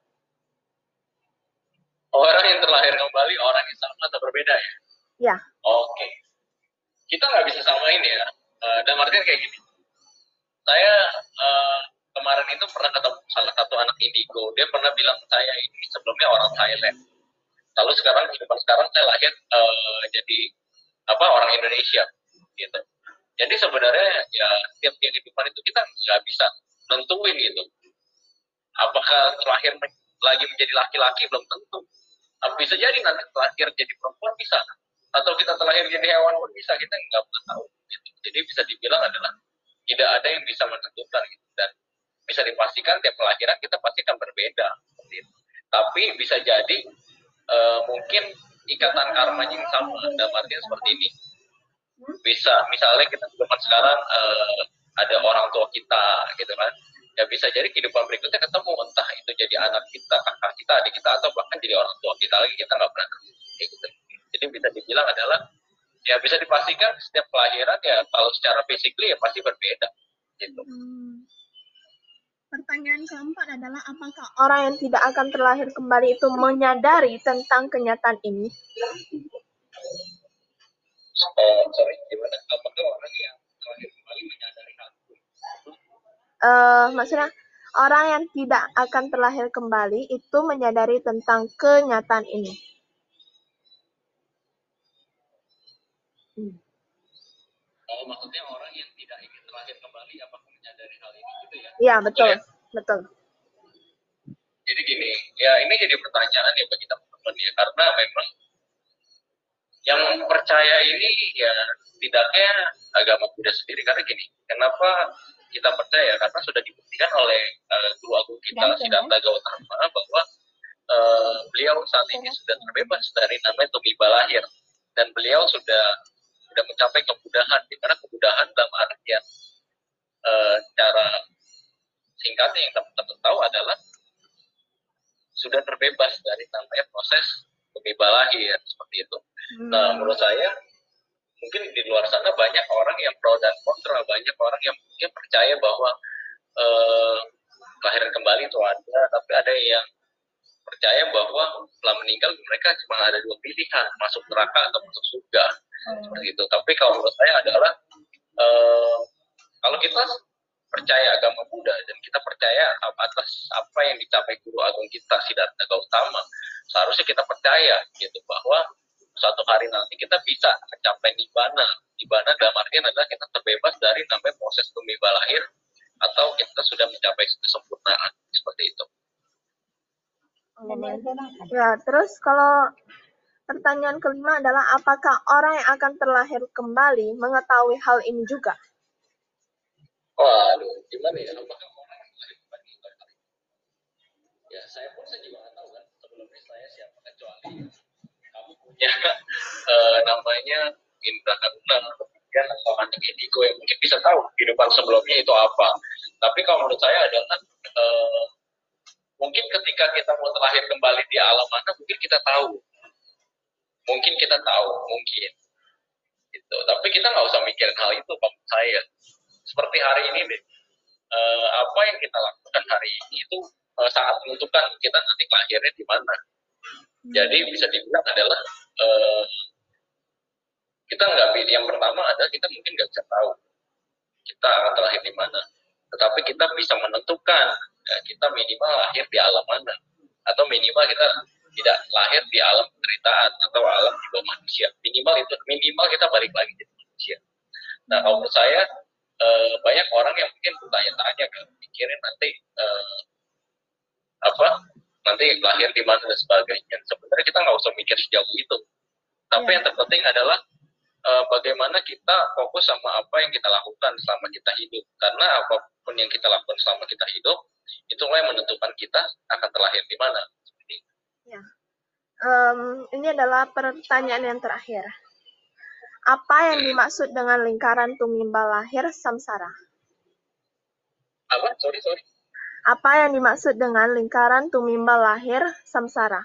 Orang yang terlahir kembali orang yang sama atau berbeda ya? Ya. Oke. Kita nggak bisa samain ya. Dan artinya kayak gini. Saya kemarin itu pernah ketemu salah satu anak indigo. Dia pernah bilang saya ini sebelumnya orang Thailand. Lalu sekarang saya lahir jadi orang Indonesia gitu. Jadi sebenarnya ya setiap kehidupan itu kita nggak bisa nentuin gitu. Apakah terakhir lagi menjadi laki-laki belum tentu. Bisa jadi nanti terakhir jadi perempuan bisa. Atau kita terakhir jadi hewan pun bisa, kita nggak pernah tahu. Gitu. Jadi bisa dibilang adalah tidak ada yang bisa menentukan gitu. Dan bisa dipastikan tiap kelahiran kita pasti akan berbeda. Gitu. Tapi bisa jadi mungkin ikatan karmanya yang sama. Dalam artian seperti ini. Bisa misalnya kita zaman sekarang ada orang tua kita gitu kan, ya bisa jadi kehidupan berikutnya ketemu, entah itu jadi anak kita, kakak kita, adik kita, atau bahkan jadi orang tua kita lagi, kita nggak pernah tahu gitu. Jadi bisa dibilang adalah ya bisa dipastikan setiap kelahiran ya kalau secara physically ya pasti berbeda gitu. Pertanyaan keempat adalah apakah orang yang tidak akan terlahir kembali itu menyadari tentang kenyataan ini? Sorry, gimana? Apakah orang yang terlahir kembali menyadari hal itu? Maksudnya orang yang tidak akan terlahir kembali itu menyadari tentang kenyataan ini. Maksudnya orang yang tidak ingin terlahir kembali apakah menyadari hal ini gitu ya? Iya, betul. Betul. Jadi gini, ya ini jadi pertanyaan ya bagi teman-teman ya, karena memang yang percaya ini ya tidaknya agama Buddha sendiri. Karena gini, kenapa kita percaya? Karena sudah dibuktikan oleh guru agung kita Siddhartha Gautama bahwa beliau saat ini sudah terbebas dari namanya tumiba lahir, dan beliau sudah mencapai kemudahan. Di mana kemudahan dalam artian cara singkatnya yang teman-teman tahu adalah sudah terbebas dari namanya proses tumiba lahir seperti itu. Nah, menurut saya mungkin di luar sana banyak orang yang pro dan kontra, banyak orang yang mungkin percaya bahwa kelahiran kembali itu ada, tapi ada yang percaya bahwa setelah meninggal mereka cuma ada dua pilihan, masuk neraka atau masuk surga seperti itu. Tapi kalau menurut saya adalah kalau kita percaya agama Buddha dan kita percaya atas apa yang dicapai guru agung kita Siddhartha Gautama, seharusnya kita percaya gitu bahwa suatu hari nanti kita bisa mencapai nibbana. Nibbana dalam artian adalah kita terbebas dari namanya proses tumiba lahir, atau kita sudah mencapai kesempurnaan seperti itu. Ya, terus kalau pertanyaan kelima adalah apakah orang yang akan terlahir kembali mengetahui hal ini juga? Waduh, gimana ya? Apakah orang yang terlahir kembali? Ya, saya pun juga nggak tahu kan sebelumnya saya siapa, kecuali kamu punya namanya Indra Karuna, kemudian atau anak indigo yang mungkin bisa tahu kehidupan sebelumnya itu apa. Tapi kalau menurut saya adalah mungkin ketika kita mau terlahir kembali di alam mana, mungkin kita tahu. Mungkin gitu. Tapi kita nggak usah mikirin hal itu, menurut saya. Seperti hari ini deh, apa yang kita lakukan hari ini itu sangat menentukan kita nanti lahirnya di mana. Jadi bisa dibilang adalah kita nggak, yang pertama adalah kita mungkin nggak bisa tahu kita akan terlahir di mana, tetapi kita bisa menentukan kita minimal lahir di alam mana, atau minimal kita tidak lahir di alam penderitaan atau alam di bawah manusia. Minimal kita balik lagi jadi manusia. Nah, kalau menurut saya banyak orang yang mungkin bertanya-tanya kan, mikirin nanti nanti lahir di mana dan sebagainya. Sebenarnya kita nggak usah mikir sejauh itu. Tapi yang terpenting adalah bagaimana kita fokus sama apa yang kita lakukan selama kita hidup. Karena apapun yang kita lakukan selama kita hidup, itulah yang menentukan kita akan terlahir di mana. Ya. Ini adalah pertanyaan yang terakhir. Apa yang dimaksud dengan lingkaran tumimbal lahir samsara? Apa? Sorry. Apa yang dimaksud dengan lingkaran tumimbal lahir samsara?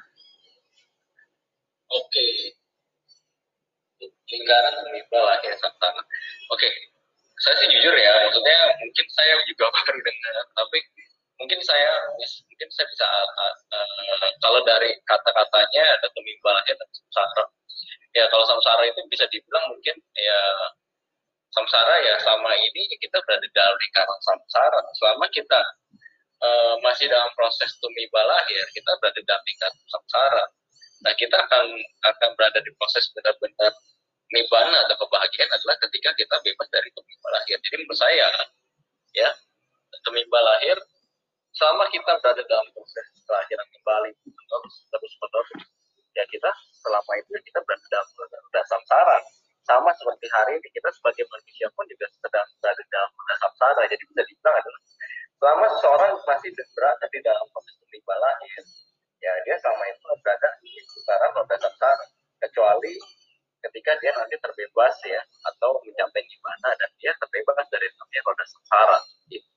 Oke. Lingkaran tumimbal lahir samsara. Oke. Saya sih jujur ya, maksudnya mungkin saya juga baru dengar, tapi mungkin saya bisa kalau dari kata-katanya ada tumimbal lahir dan samsara. Ya kalau samsara itu bisa dibilang mungkin ya samsara ya selama ini kita berada dalam lingkaran samsara. Selama kita masih dalam proses tumimbal lahir, kita berada dalam lingkaran samsara. Nah, kita akan berada di proses benar-benar nibbana atau kebahagiaan adalah ketika kita bebas dari tumimbal lahir. Jadi menurut saya, ya, tumimbal lahir selama kita berada dalam proses kelahiran kembali terus menerus, ya kita selama itu kita berada dalam samsara. Sama seperti hari ini kita sebagai manusia pun juga sedang berada dalam samsara. Jadi bisa dibilang adalah selama seseorang masih berada di dalam proses tumimbal lahir, ya dia selama itu berada di seputaran roda samsara, kecuali ketika dia nanti terbebas ya atau mencapai nibbana dan dia terbebas dari namanya roda samsara. Gitu.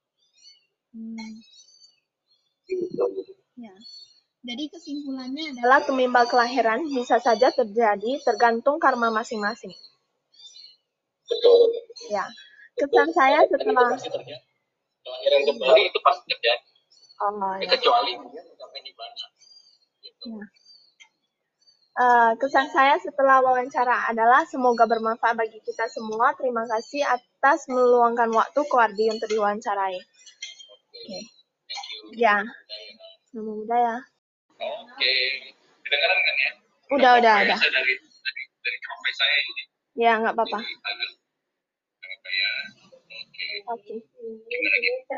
Ya. Jadi kesimpulannya adalah tumimbal kelahiran bisa saja terjadi tergantung karma masing-masing. Betul. Ya. Kesan saya setelah kelahiran kembali itu pasti terjadi. Ya. Kecuali dia mencapai nibbana. Gitu. Ya. Kesan saya setelah wawancara adalah semoga bermanfaat bagi kita semua. Terima kasih atas meluangkan waktu Ko Ardi untuk diwawancarai. Okay. Ya, nama muda ya. Oke, kedengaran kan ya? Udah. Dari kafe saya ini. Ya, nggak apa-apa. Oke. Gimana gitu?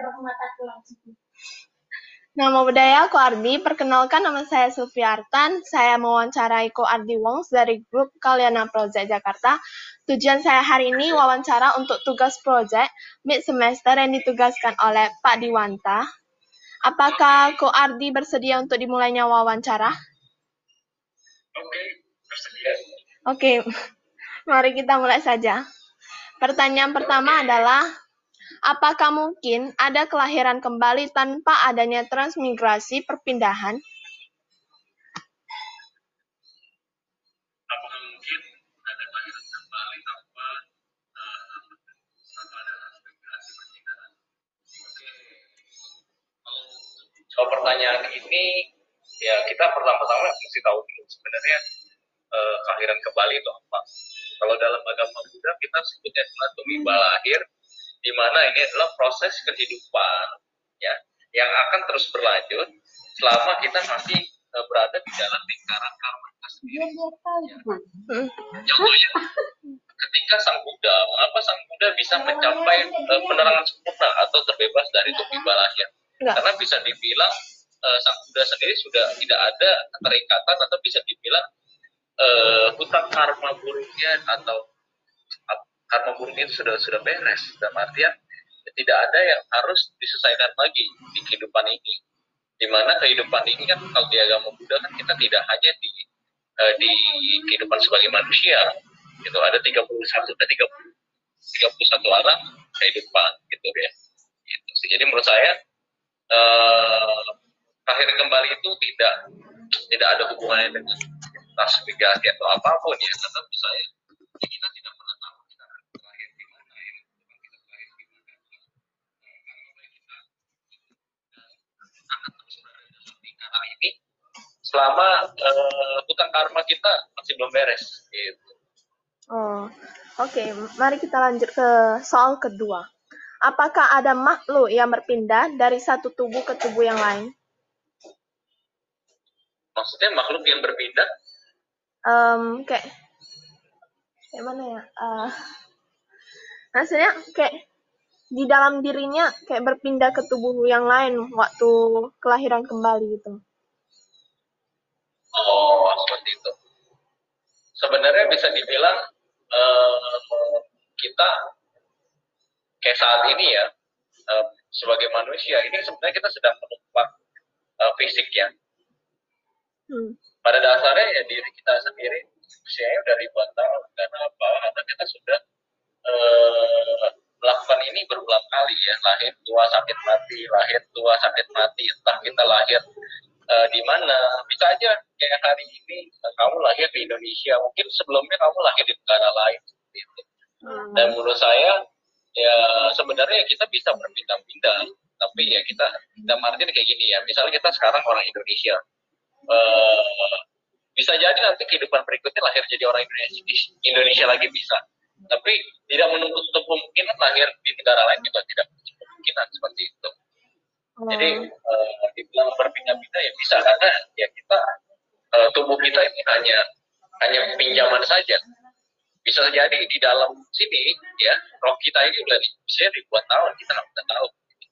Nama budaya Ko Ardi, perkenalkan nama saya Sufiartan. Saya mewawancarai Ko Ardi Wongs dari grup Kalyana Project Jakarta. Tujuan saya hari ini wawancara untuk tugas project mid semester yang ditugaskan oleh Pak Diwanta. Apakah Ko Ardi bersedia untuk dimulainya wawancara? Oke, bersedia. Oke, mari kita mulai saja. Pertanyaan pertama adalah, apakah mungkin ada kelahiran kembali tanpa adanya transmigrasi perpindahan? Apakah mungkin ada kelahiran kembali tanpa ada transmigrasi perpindahan? Oke. Kalau pertanyaan ini, ya kita pertama-tama mesti tahu dulu sebenarnya kelahiran kembali itu apa. Kalau dalam agama Buddha kita sebutnya adalah tumimbal lahir, di mana ini adalah proses kehidupan ya yang akan terus berlanjut selama kita masih berada di dalam lingkaran karma kita sendiri. Contohnya ketika Sang Buddha, mengapa Sang Buddha bisa mencapai penerangan sempurna atau terbebas dari tumimbal lahir? Karena bisa dibilang Sang Buddha sendiri sudah tidak ada keterikatan atau bisa dibilang hutang karma buruknya atau karma buruknya itu sudah beres. Dalam artian tidak ada yang harus diselesaikan lagi di kehidupan ini. Di mana kehidupan ini kan kalau di agama Buddha kan kita tidak hanya di kehidupan sebagai manusia, itu ada 31 alam kehidupan gitu ya. Gitu. Jadi menurut saya kelahiran kembali itu tidak ada hubungannya dengan transmigrasi atau apapun ya. Tetap saya kita tidak pernah tahu kita akan terakhir di mana ya. Kita terakhir di mana. Kita akan terus berada dalam lingkaran ini selama hutang karma kita masih belum beres. Gitu. Oke. Mari kita lanjut ke soal kedua. Apakah ada makhluk yang berpindah dari satu tubuh ke tubuh yang lain? Maksudnya makhluk yang berpindah? Kayak mana ya? Maksudnya kayak di dalam dirinya kayak berpindah ke tubuh yang lain waktu kelahiran kembali gitu. Oh, seperti itu. Sebenarnya bisa dibilang kita kayak saat ini ya, sebagai manusia ini sebenarnya kita sedang menumpang fisik ya. Pada dasarnya ya diri kita sendiri usianya udah ribuan tahun. Karena apa? Karena kita sudah melakukan ini berulang kali ya, lahir tua sakit mati, lahir tua sakit mati, entah kita lahir di mana. Bisa aja kayak hari ini kamu lahir di Indonesia, mungkin sebelumnya kamu lahir di negara lain gitu. Dan menurut saya ya sebenarnya kita bisa berpindah-pindah, tapi ya kita margin kayak gini ya, misalnya kita sekarang orang Indonesia, bisa jadi nanti kehidupan berikutnya lahir jadi orang Indonesia lagi bisa, tapi tidak menuntut kemungkinan lahir di negara lain juga tidak kemungkinan seperti itu. Jadi dibilang berpindah-pindah ya bisa, karena ya kita tubuh kita ini hanya pinjaman saja. Bisa jadi di dalam sini ya roh kita ini udah bisa ribuan tahun, kita nggak tahu.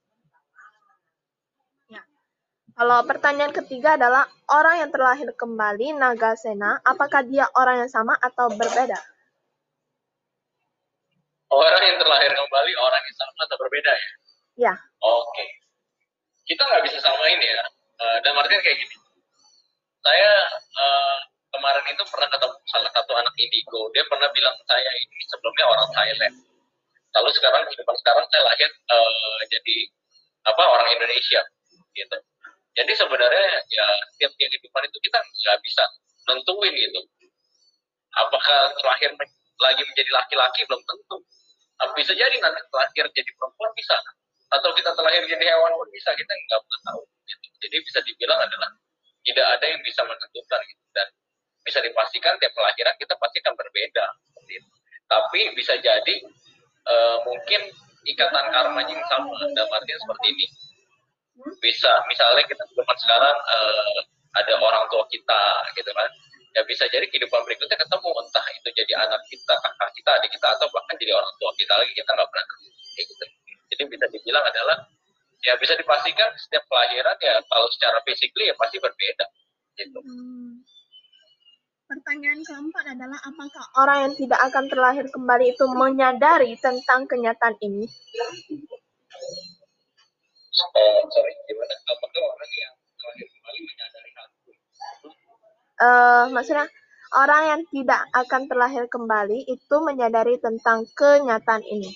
Kalau pertanyaan ketiga adalah orang yang terlahir kembali Nagasena, apakah dia orang yang sama atau berbeda? Orang yang terlahir kembali orang yang sama atau berbeda ya? Ya. Oke. Kita nggak bisa samain ya. Dan artinya kayak gini. Saya kemarin itu pernah ketemu salah satu anak indigo. Dia pernah bilang saya ini sebelumnya orang Thailand. Lalu sekarang kehidupan sekarang saya lahir jadi orang Indonesia gitu. Jadi sebenarnya ya setiap kehidupan itu kita nggak bisa nentuin gitu. Apakah terakhir lagi menjadi laki-laki belum tentu. Bisa jadi nanti terakhir jadi perempuan bisa. Atau kita terlahir jadi hewan pun bisa, kita nggak pernah tahu. Gitu. Jadi bisa dibilang adalah tidak ada yang bisa menentukan gitu. Dan bisa dipastikan tiap kelahiran kita pasti akan berbeda. Gitu. Tapi bisa jadi mungkin ikatan karmanya yang sama. Dalam artian seperti ini. Bisa misalnya kita zaman sekarang ada orang tua kita gitu kan, ya bisa jadi kehidupan berikutnya ketemu, entah itu jadi anak kita, kakak kita, adik kita, atau bahkan jadi orang tua kita lagi, kita nggak pernah gitu. Jadi bisa dibilang adalah ya bisa dipastikan setiap kelahiran ya kalau secara physically ya pasti berbeda gitu. Pertanyaan keempat adalah apakah orang yang tidak akan terlahir kembali itu menyadari tentang kenyataan ini? Sorry, gimana? Apakah orang yang terlahir kembali menyadari hal itu? Maksudnya orang yang tidak akan terlahir kembali itu menyadari tentang kenyataan ini.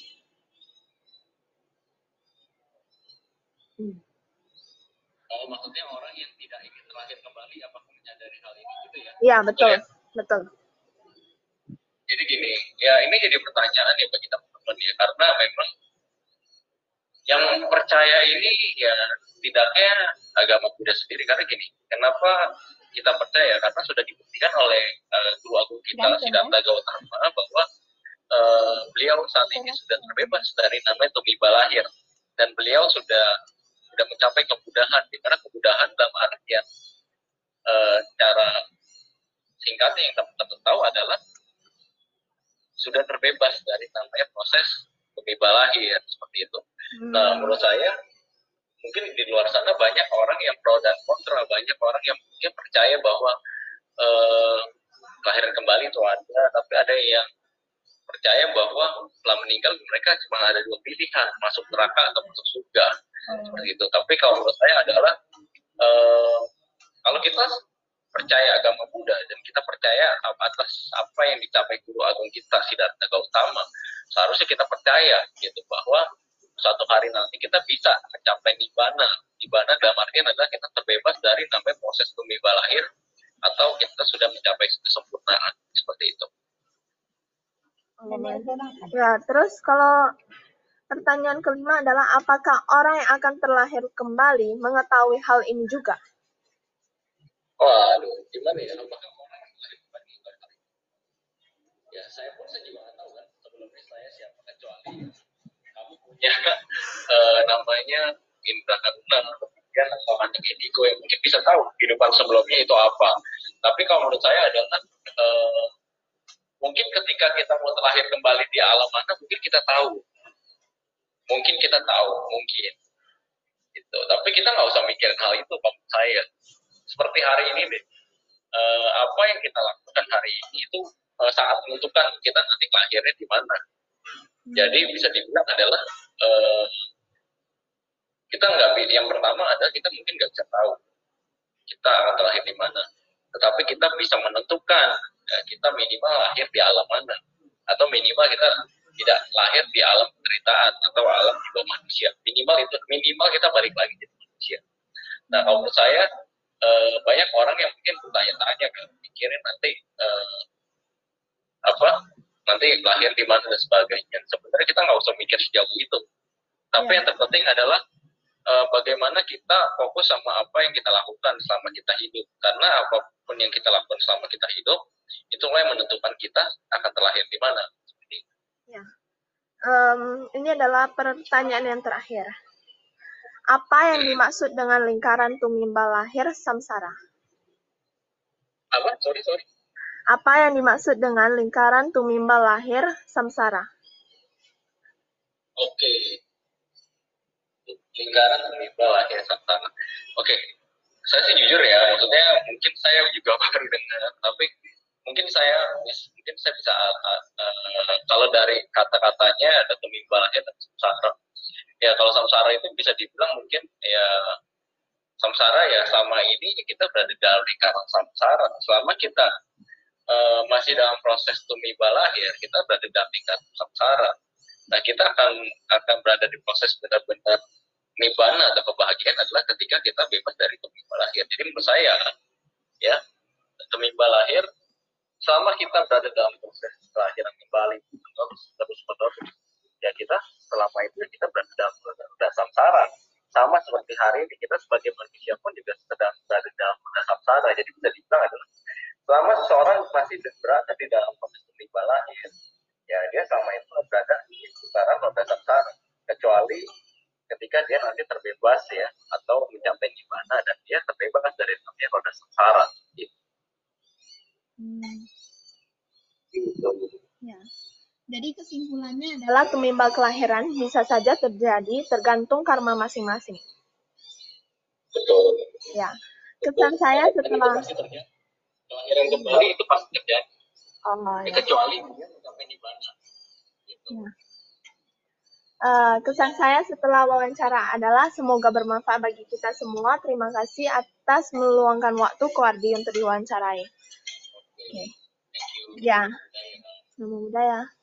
Oh, maksudnya orang yang tidak ingin terlahir kembali apakah menyadari hal ini gitu ya? Iya, betul. Betul. Jadi gini, ya ini jadi pertanyaan ya bagi teman-teman ya, karena memang yang percaya ini ya tidaknya agama Buddha sendiri. Karena gini, kenapa kita percaya? Karena sudah dibuktikan oleh guru agung kita, Siddhartha Gautama, bahwa beliau saat ini sudah terbebas dari namanya tumiba lahir, dan beliau sudah mencapai kemudahan. Di mana kemudahan dalam artian cara singkatnya yang teman-teman tahu adalah sudah terbebas dari namanya proses tumiba lahir seperti itu. Nah, menurut saya mungkin di luar sana banyak orang yang pro dan kontra, banyak orang yang mungkin percaya bahwa kelahiran kembali itu ada, tapi ada yang percaya bahwa setelah meninggal mereka cuma ada dua pilihan, masuk neraka atau masuk surga seperti itu. Tapi kalau menurut saya adalah kalau kita percaya agama Buddha dan kita percaya atas apa yang dicapai guru agung kita Siddhartha Gautama, seharusnya kita percaya gitu bahwa suatu hari nanti kita bisa mencapai nibbana. Nibbana dalam artian adalah kita terbebas dari namanya proses tumiba lahir, atau kita sudah mencapai kesempurnaan seperti itu. Ya, terus kalau pertanyaan kelima adalah apakah orang yang akan terlahir kembali mengetahui hal ini juga? Waduh, gimana ya? Apakah orang yang terlahir kembali? Ya, saya pun juga nggak tahu kan. Sebelumnya saya siapa, kecuali kamu punya namanya indra karuna. kemudian atau anak indigo yang mungkin bisa tahu kehidupan sebelumnya itu apa. Tapi kalau menurut saya adalah mungkin ketika kita mau terlahir kembali di alam mana, mungkin kita tahu, mungkin gitu. Tapi kita nggak usah mikirin hal itu, menurut saya. Seperti hari ini deh, apa yang kita lakukan hari ini itu sangat menentukan kita nanti lahirnya di mana. Jadi bisa dibilang adalah kita nggak, yang pertama adalah kita mungkin nggak bisa tahu kita akan terlahir di mana, tetapi kita bisa menentukan ya, kita minimal lahir di alam mana, atau minimal kita tidak lahir di alam penderitaan atau alam di bawah manusia. Minimal kita balik lagi jadi manusia. Nah, kalau menurut saya banyak orang yang mungkin bertanya-tanya kan, mikirin nanti nanti lahir di mana dan sebagainya. Sebenarnya kita nggak usah mikir sejauh itu. Tapi yang terpenting adalah bagaimana kita fokus sama apa yang kita lakukan selama kita hidup. Karena apapun yang kita lakukan selama kita hidup, itulah yang menentukan kita akan terlahir di mana. Ya. Ini adalah pertanyaan yang terakhir. Apa yang dimaksud dengan lingkaran tumimbal lahir samsara? Apa? Sorry. Apa yang dimaksud dengan lingkaran tumimbal lahir samsara? Oke. Lingkaran tumimbal lahir samsara. Oke. Saya sih jujur ya, maksudnya mungkin saya juga baru dengar, tapi mungkin saya bisa kalau dari kata-katanya ada tumimbal lahir dan samsara. Ya kalau samsara itu bisa dibilang mungkin ya samsara ya selama ini kita berada dalam lingkaran samsara. Selama kita masih dalam proses tumimbal lahir, kita berada dalam lingkaran samsara. Nah, kita akan berada di proses benar-benar nibbana atau kebahagiaan adalah ketika kita bebas dari tumimbal lahir. Jadi menurut saya ya, tumimbal lahir selama kita berada dalam proses kelahiran kembali terus menerus ya, kita selama itu kita berada dalam samsara. Sama seperti hari ini kita sebagai manusia pun juga sedang berada dalam samsara. Jadi bisa dibilang adalah selama seseorang masih berada di dalam proses tumimbal lahir, ya dia selama itu berada di sekitar roda samsara, kecuali ketika dia nanti terbebas ya, atau mencapai nibbana dan dia terbebas dari namanya roda samsara. Gitu. Ya. Jadi kesimpulannya adalah tumimbal kelahiran bisa saja terjadi tergantung karma masing-masing. Betul. Ya. Kesan saya setelah kelahiran kembali itu pasti terjadi. Ya. Kecuali dia mencapai nibbana. Gitu. Ya. Kesan saya setelah wawancara adalah semoga bermanfaat bagi kita semua. Terima kasih atas meluangkan waktu ke Wardi untuk diwawancarai. Okay. Ya, Namo Buddhaya.